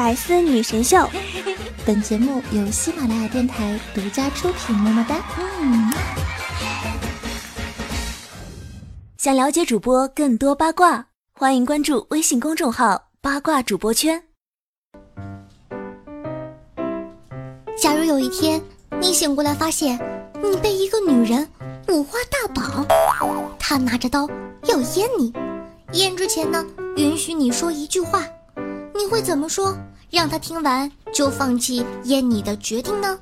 百思女神秀， 本节目由喜马拉雅电台独家出品，么么哒。 想了解主播更多八卦，欢迎关注微信公众号八卦主播圈。 假如有一天你醒过来发现你被一个女人五花大绑，她拿着刀要阉你，阉之前呢允许你说一句话，你会怎么说让她听完就放弃阉你的决定呢？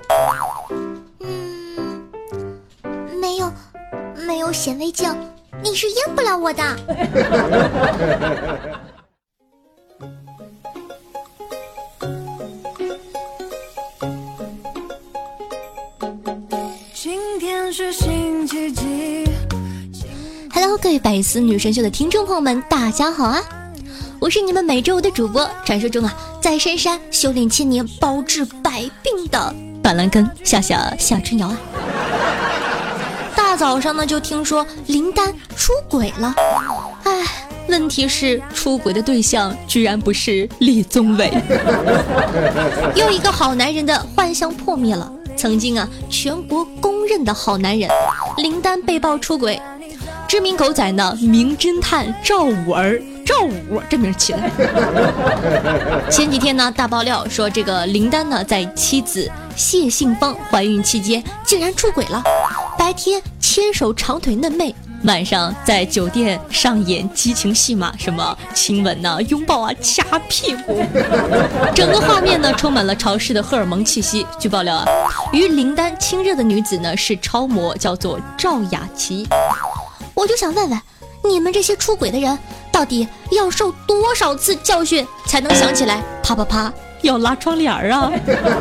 没有显微镜你是阉不了我的。Hello， 各位百思女神秀的听众朋友们，大家好啊！我是你们每周五的主播，传说中啊，在深山修炼千年，包治百病的板蓝根夏春瑶啊。大早上呢，就听说林丹出轨了，哎，问题是出轨的对象居然不是李宗伟，又一个好男人的幻想破灭了。曾经啊，全国公认的好男人林丹被曝出轨，知名狗仔呢，名侦探赵五这名起的。前几天呢，大爆料说这个林丹呢，在妻子谢杏芳怀孕期间竟然出轨了，白天牵手长腿嫩妹，晚上在酒店上演激情戏码，什么亲吻啊、拥抱啊、掐屁股，整个画面呢充满了潮湿的荷尔蒙气息。据爆料啊，与林丹亲热的女子呢是超模，叫做赵雅琪。我就想问问你们这些出轨的人，到底要受多少次教训才能想起来啪啪啪要拉窗帘啊？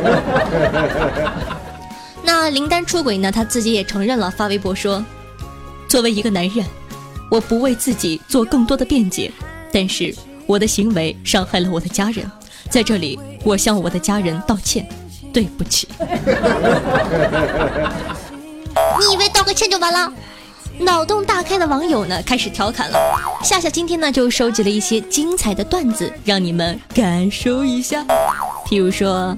那林丹出轨呢，他自己也承认了，发微博说，作为一个男人，我不为自己做更多的辩解，但是我的行为伤害了我的家人，在这里我向我的家人道歉，对不起。你以为道个歉就完了？脑洞大开的网友呢开始调侃了，夏今天呢就收集了一些精彩的段子，让你们感受一下。譬如说，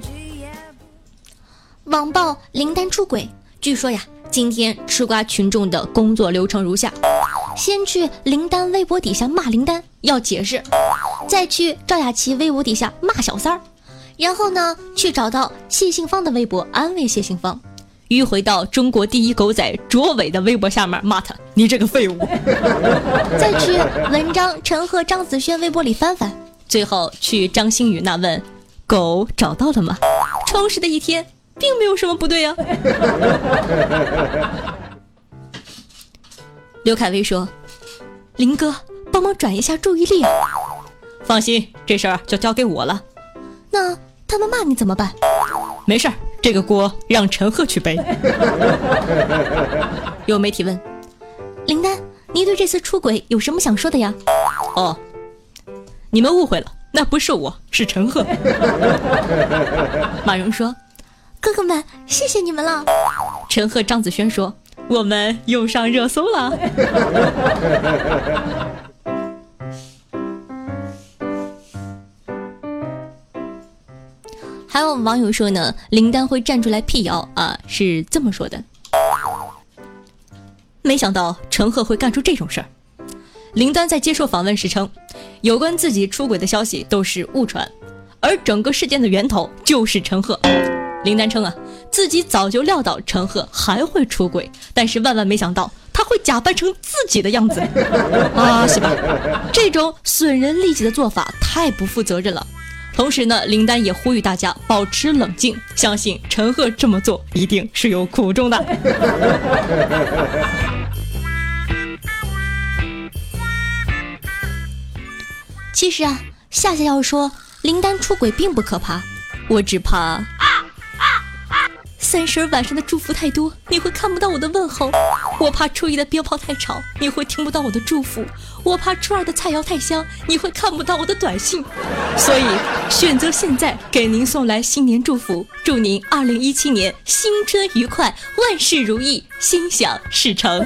网曝林丹出轨，据说呀，今天吃瓜群众的工作流程如下：先去林丹微博底下骂林丹要解释，再去赵雅琪微博底下骂小三儿，然后呢去找到谢杏芳的微博安慰谢杏芳，迂回到中国第一狗仔卓伟的微博下面骂他，你这个废物。再去文章陈赫张子萱微博里翻翻，最后去张馨予那问狗找到了吗？充实的一天并没有什么不对啊。刘恺威说，林哥帮忙转一下注意力啊。放心，这事儿就交给我了。那他们骂你怎么办？没事儿，这个锅让陈赫去背。有媒体问，林丹，你对这次出轨有什么想说的呀？哦，你们误会了，那不是我，是陈赫。马蓉说，哥哥们谢谢你们了。陈赫张子萱说，我们又上热搜了。还有网友说呢，林丹会站出来辟谣啊，是这么说的，没想到陈赫会干出这种事儿。林丹在接受访问时称，有关自己出轨的消息都是误传，而整个事件的源头就是陈赫。林丹称啊，自己早就料到陈赫还会出轨，但是万万没想到他会假扮成自己的样子啊，是吧？这种损人利己的做法太不负责任了。同时呢，林丹也呼吁大家保持冷静，相信陈赫这么做一定是有苦衷的。其实啊，夏要说林丹出轨并不可怕，我只怕30晚上的祝福太多，你会看不到我的问候；我怕初一的鞭炮太吵，你会听不到我的祝福；我怕初二的菜肴太香，你会看不到我的短信。所以选择现在给您送来新年祝福，祝您2017年新春愉快，万事如意，心想事成。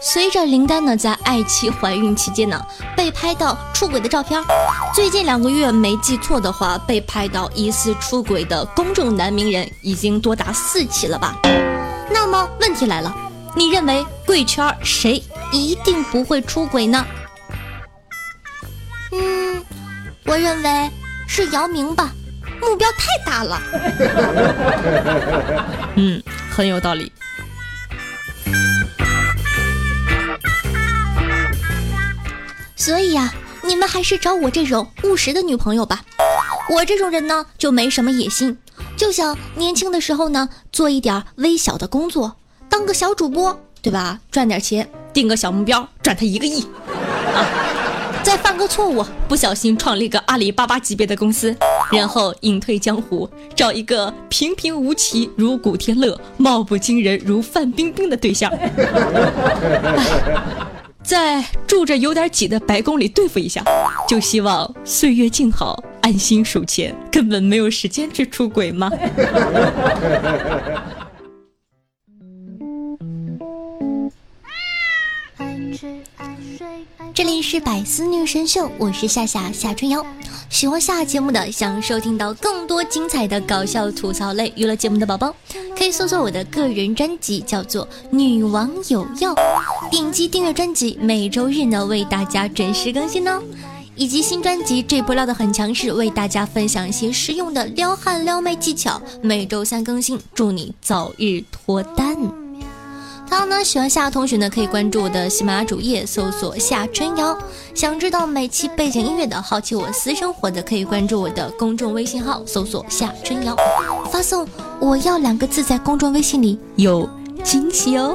随着林丹呢在爱妻怀孕期间呢被拍到出轨的照片，最近2个月没记错的话，被拍到疑似出轨的公众男名人已经多达4起了吧。那么问题来了，你认为贵圈谁一定不会出轨呢？我认为是姚明吧，目标太大了。 很有道理。 所以啊，你们还是找我这种务实的女朋友吧。我这种人呢，就没什么野心，就想年轻的时候呢，做一点微小的工作，当个小主播，对吧？赚点钱， 定个小目标，赚他1个亿啊！ 再犯个错误， 不小心创立个阿里巴巴级别的公司，然后隐退江湖，找一个平平无奇如古天乐，貌不惊人如范冰冰的对象。在住着有点挤的白宫里对付一下，就希望岁月静好，安心数钱，根本没有时间去出轨吗？ 这里是百思女神秀，我是夏春瑶。喜欢下节目的，想收听到更多精彩的搞笑吐槽类娱乐节目的宝宝，可以搜索我的个人专辑，叫做女王有药，点击订阅专辑，每周日呢为大家准时更新哦。以及新专辑这波撩的很强势，为大家分享一些实用的撩汉撩妹技巧，每周3更新，祝你早日脱单。好呢，喜欢夏同学呢，可以关注我的喜马拉雅主页，搜索夏春瑶。想知道每期背景音乐的，好奇我私生活的，可以关注我的公众微信号，搜索夏春瑶，发送我要2个字在公众微信里，有惊喜哦。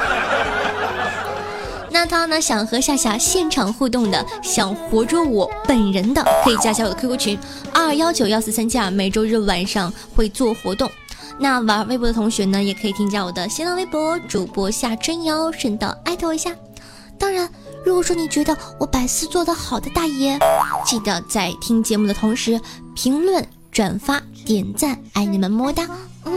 那他呢，想和夏夏现场互动的，想活捉我本人的，可以加下我的 QQ 群22191437，每周日晚上会做活动。那玩微博的同学呢，也可以添加我的新浪微博主播夏春瑶，顺道艾特我一下。当然，如果说你觉得我百思做得好的大爷，记得在听节目的同时评论、转发、点赞，爱你们么哒。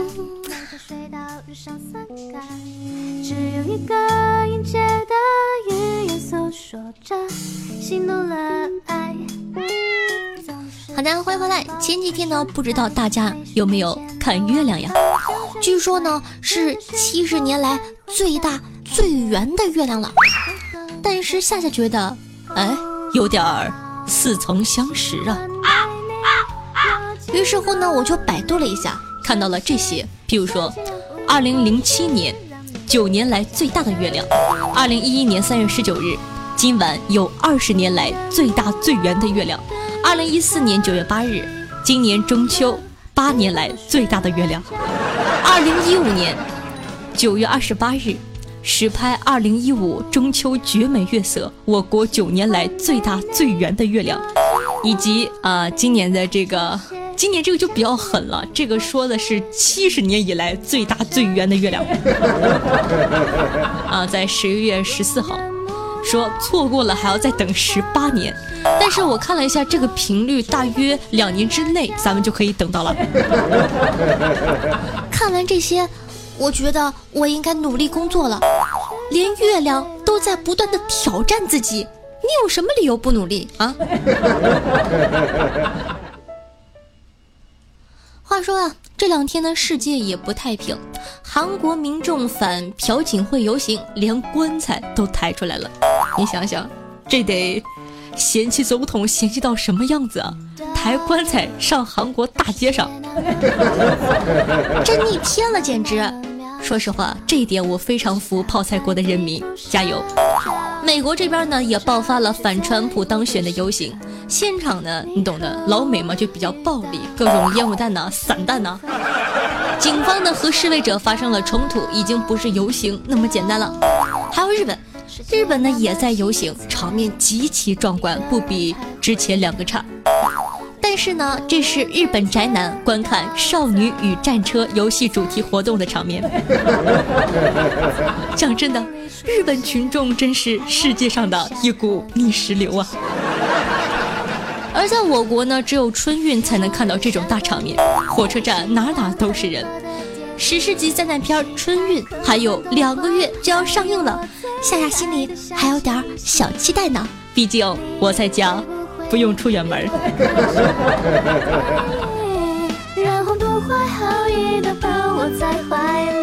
只有一个殷切的语言诉说着心动了爱。好的，欢迎回来。前几天呢，不知道大家有没有看月亮呀？据说呢是70年来最大最圆的月亮了。但是夏夏觉得， 有点似曾相识啊。 于是乎呢，我就百度了一下，看到了这些，譬如说2007年9年来最大的月亮，2011年3月19日，今晚有20年来最大最圆的月亮，2014年9月8日，今年中秋8年来最大的月亮，2015年9月28日，实拍2015中秋绝美月色，我国9年来最大最圆的月亮，以及今年这个就比较狠了，这个说的是70年以来最大最圆的月亮在11月14号，说错过了还要再等18年，但是我看了一下这个频率，大约2年之内咱们就可以等到了。看完这些，我觉得我应该努力工作了。连月亮都在不断的挑战自己，你有什么理由不努力啊？话说啊，这2天呢，世界也不太平，韩国民众反朴槿惠游行，连棺材都抬出来了。你想想，这得嫌弃总统嫌弃到什么样子啊？抬棺材上韩国大街上，这逆天了，简直！说实话，这一点我非常服泡菜国的人民，加油！美国这边呢也爆发了反川普当选的游行，现场呢你懂的，老美嘛就比较暴力，各种烟雾弹呐、散弹呐。警方呢和示威者发生了冲突，已经不是游行那么简单了。还有日本呢也在游行，场面极其壮观，不比之前2个差。但是呢，这是日本宅男观看《少女与战车》游戏主题活动的场面。讲真的，日本群众真是世界上的一股逆时流啊！而在我国呢，只有春运才能看到这种大场面，火车站哪都是人。 史诗级灾难片《春运》还有2个月就要上映了，夏夏心里还有点小期待呢。 毕竟我在家不用出远门。 然后不怀好意的抱我在怀里。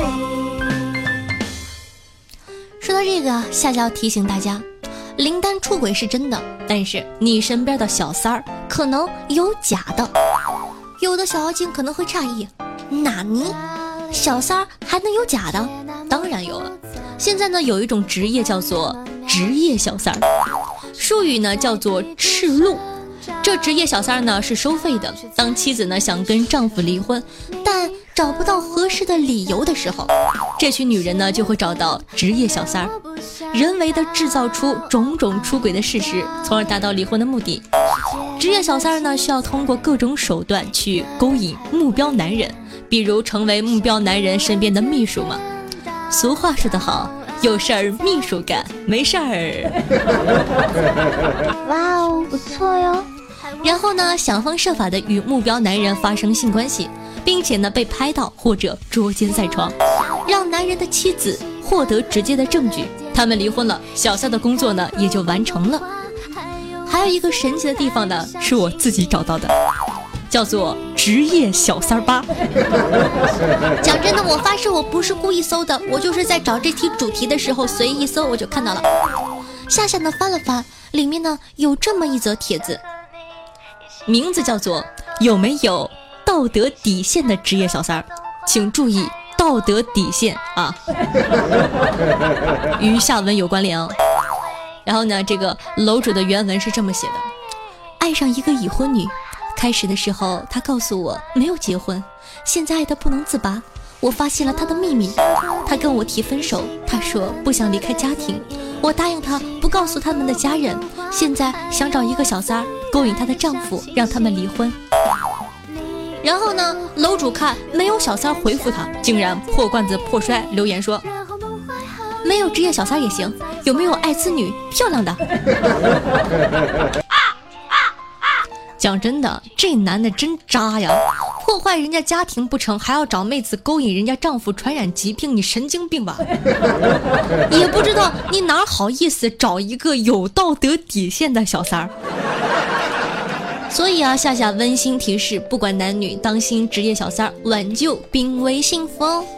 说到这个，夏夏要提醒大家，林丹出轨是真的，但是你身边的小三儿可能有假的。有的小妖精可能会诧异，哪尼？小三儿还能有假的？当然有了。现在呢，有一种职业叫做职业小三儿，术语呢叫做赤鹿。这职业小三儿呢是收费的，当妻子呢想跟丈夫离婚，但找不到合适的理由的时候，这群女人呢就会找到职业小三儿，人为的制造出种种出轨的事实，从而达到离婚的目的。职业小三儿呢需要通过各种手段去勾引目标男人，比如成为目标男人身边的秘书嘛。俗话说得好，有事儿秘书干，没事儿。 哇哦，不错哟。 然后呢，想方设法的与目标男人发生性关系，并且呢被拍到或者捉奸在床，让男人的妻子获得直接的证据，他们离婚了，小三的工作呢也就完成了。还有一个神奇的地方呢，是我自己找到的，叫做职业小三吧。讲真的，我发誓我不是故意搜的，我就是在找这题主题的时候随意搜，我就看到了。夏夏呢翻了翻，里面呢有这么一则帖子，名字叫做有没有道德底线的职业小三儿，请注意道德底线啊，与下文有关联哦。然后呢，这个楼主的原文是这么写的：爱上一个已婚女，开始的时候她告诉我没有结婚，现在爱得不能自拔，我发现了她的秘密，她跟我提分手，她说不想离开家庭，我答应她不告诉他们的家人，现在想找一个小三儿勾引她的丈夫，让他们离婚。然后呢，楼主看没有小三回复他，竟然破罐子破摔留言说，没有职业小三也行，有没有爱滋女漂亮的？讲真的，这男的真渣呀，破坏人家家庭不成，还要找妹子勾引人家丈夫传染疾病，你神经病吧？也不知道你哪好意思找一个有道德底线的小三儿。所以啊，夏夏温馨提示，不管男女，当心职业小三儿，挽救并为幸福哦。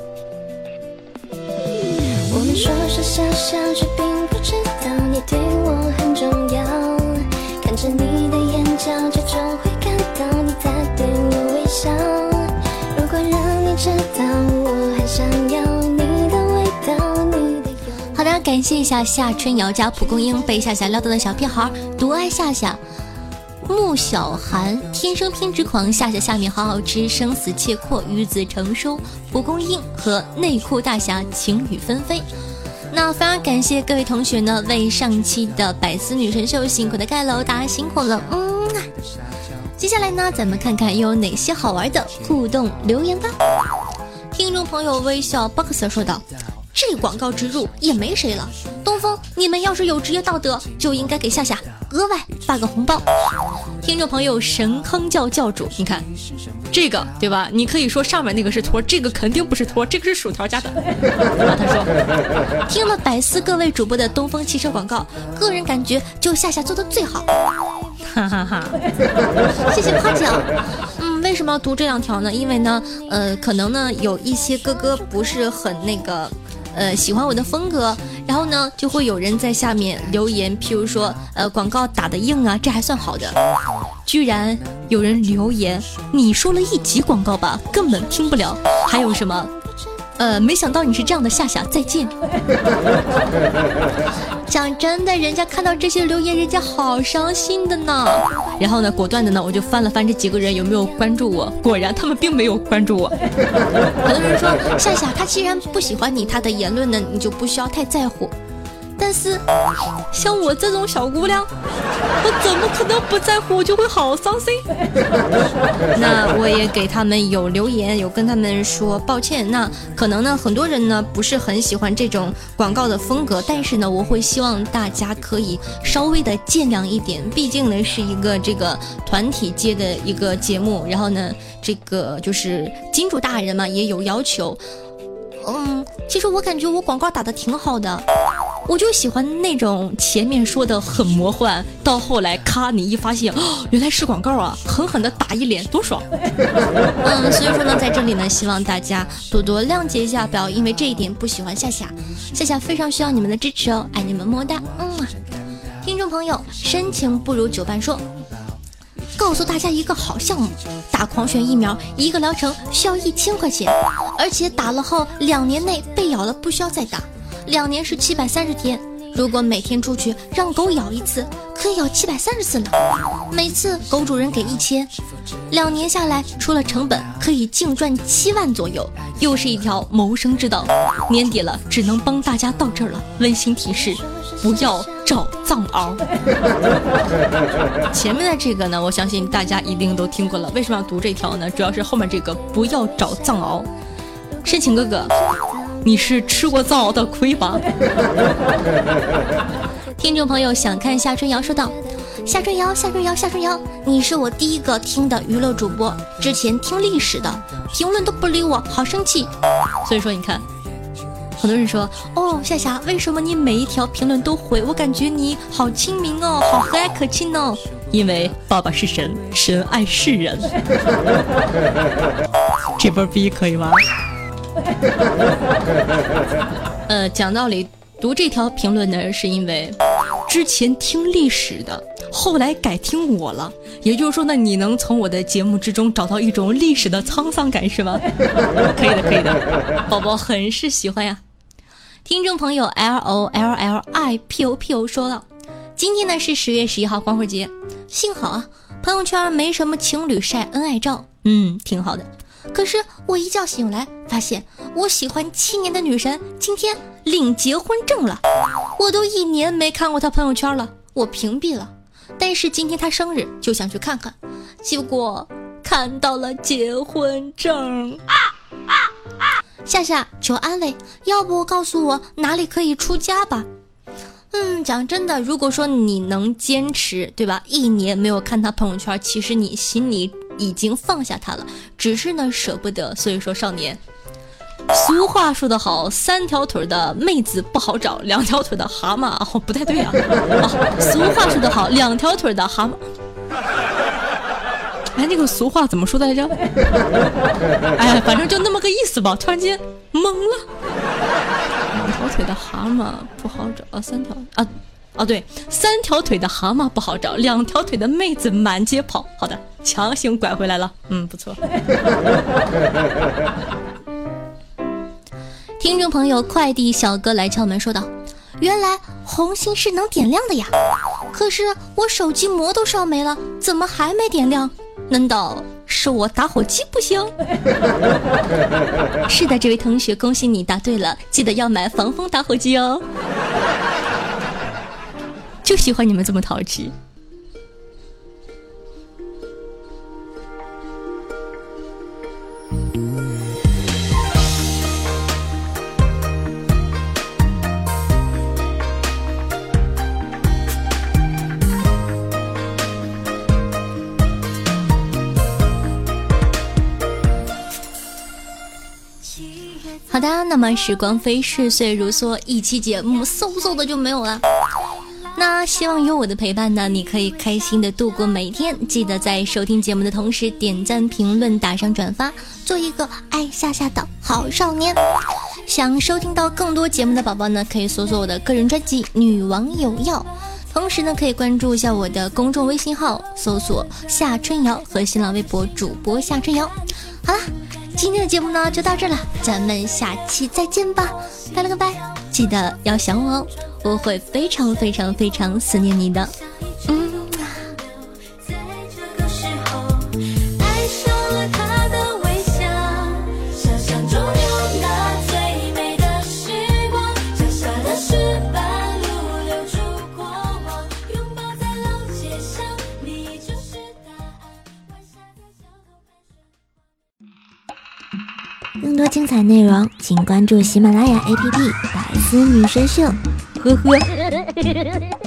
我们说说笑笑，却并不知道你对我很重要。看着你的眼角，就总会感到你在对我微笑。如果让你知道，我很想要你的味道，你的拥抱。 好的，感谢一下夏春瑶加蒲公英被夏夏撩到的小屁孩，独爱夏夏。穆小涵天生偏执狂，夏夏下面好好吃，生死契阔，鱼子成熟，蒲公英和内裤大侠情雨纷飞。那非常感谢各位同学呢，为上期的百思女神秀辛苦的盖楼，大家辛苦了。接下来呢，咱们看看又有哪些好玩的互动留言吧。听众朋友微笑 boxer 说道，这广告植入也没谁了，东风你们要是有职业道德，就应该给夏夏额外发个红包。听众朋友神坑教教主，你看这个对吧，你可以说上面那个是托，这个肯定不是托，这个是薯条加的。然后他说，听了百思各位主播的东风汽车广告，个人感觉就夏夏做的最好，哈哈哈，谢谢夸奖。为什么要读这两条呢？因为呢可能呢有一些哥哥不是很那个喜欢我的风格，然后呢就会有人在下面留言，譬如说广告打得硬啊，这还算好的，居然有人留言你说了一集广告吧，根本听不了，还有什么没想到你是这样的夏夏，再见。讲真的，人家看到这些留言，人家好伤心的呢。然后呢，果断的呢，我就翻了翻这几个人有没有关注我，果然他们并没有关注我。很多人说夏夏他既然不喜欢你，他的言论呢，你就不需要太在乎。 但是像我这种小姑娘，我怎么可能不在乎？我就会好伤心。那我也给他们有留言，有跟他们说抱歉。那可能呢，很多人呢不是很喜欢这种广告的风格，但是呢，我会希望大家可以稍微的见谅一点，毕竟呢是一个这个团体接的一个节目，然后呢，这个就是金主大人嘛也有要求。其实我感觉我广告打得挺好的，我就喜欢那种前面说的很魔幻，到后来咔你一发现原来是广告啊，狠狠的打一脸，多爽。所以说呢，在这里呢，希望大家多多谅解一下，不要因为这一点不喜欢夏夏非常需要你们的支持哦，爱你们么么哒。听众朋友，深情不如久伴说，告诉大家一个好项目，打狂犬疫苗一个疗程需要1000块钱，而且打了后2年内被咬了不需要再打，2年是730天，如果每天出去让狗咬一次，可以咬730次呢，每次狗主人给1000，2年下来除了成本可以净赚7万左右，又是一条谋生之道。年底了，只能帮大家到这儿了，温馨提示，不要找藏獒。前面的这个呢，我相信大家一定都听过了。为什么要读这条呢？主要是后面这个不要找藏獒。深情哥哥，你是吃过藏獒的亏吧？听众朋友想看夏春瑶说道，夏春瑶，你是我第一个听的娱乐主播，之前听历史的，评论都不理我，好生气。所以说你看，很多人说夏夏，为什么你每一条评论都回？我感觉你好亲民哦，好和蔼可亲哦。因为爸爸是神，神爱世人。这波逼可以吗？讲道理，读这条评论呢，是因为之前听历史的，后来改听我了。也就是说呢，你能从我的节目之中找到一种历史的沧桑感，是吗？可以的，宝宝很是喜欢呀。听众朋友 LOLLIPOPO 说了，今天呢是10月11号光棍节，幸好啊，朋友圈没什么情侣晒恩爱照，挺好的。可是我一觉醒来，发现我喜欢7年的女神今天领结婚证了，我都1年没看过她朋友圈了，我屏蔽了。但是今天她生日，就想去看看，结果看到了结婚证。夏夏求安慰，要不告诉我哪里可以出家吧？讲真的，如果说你能坚持，对吧？1年没有看他朋友圈，其实你心里已经放下他了，只是呢舍不得。所以说少年，俗话说得好，3条腿的妹子不好找，2条腿的蛤蟆不太对啊。俗话说得好，2条腿的蛤蟆。那个俗话怎么说来着？反正就那么个意思吧。突然间懵了。2条腿的蛤蟆不好找，3条对，3条腿的蛤蟆不好找，2条腿的妹子满街跑。好的，强行拐回来了。不错。听众朋友快递小哥来敲门说道，原来红心是能点亮的呀，可是我手机膜都烧没了，怎么还没点亮？难道是我打火机不行？是的，这位同学，恭喜你答对了，记得要买防风打火机哦。就喜欢你们这么淘气。好的，那么时光飞逝，岁月如梭，一期节目嗖的就没有了。那希望有我的陪伴呢，你可以开心的度过每一天。记得在收听节目的同时点赞、评论、打上转发，做一个爱夏夏的好少年。想收听到更多节目的宝宝呢，可以搜索我的个人专辑《女王有药》，同时呢可以关注一下我的公众微信号，搜索夏春瑶和新浪微博主播夏春瑶。好了，今天的节目呢就到这了，咱们下期再见吧，拜了个拜，记得要想我哦，我会非常非常非常思念你的。 想象中有那最美的时光，剩下的是半路。 更多精彩内容，请关注喜马拉雅 APP《百思女神秀》。呵呵。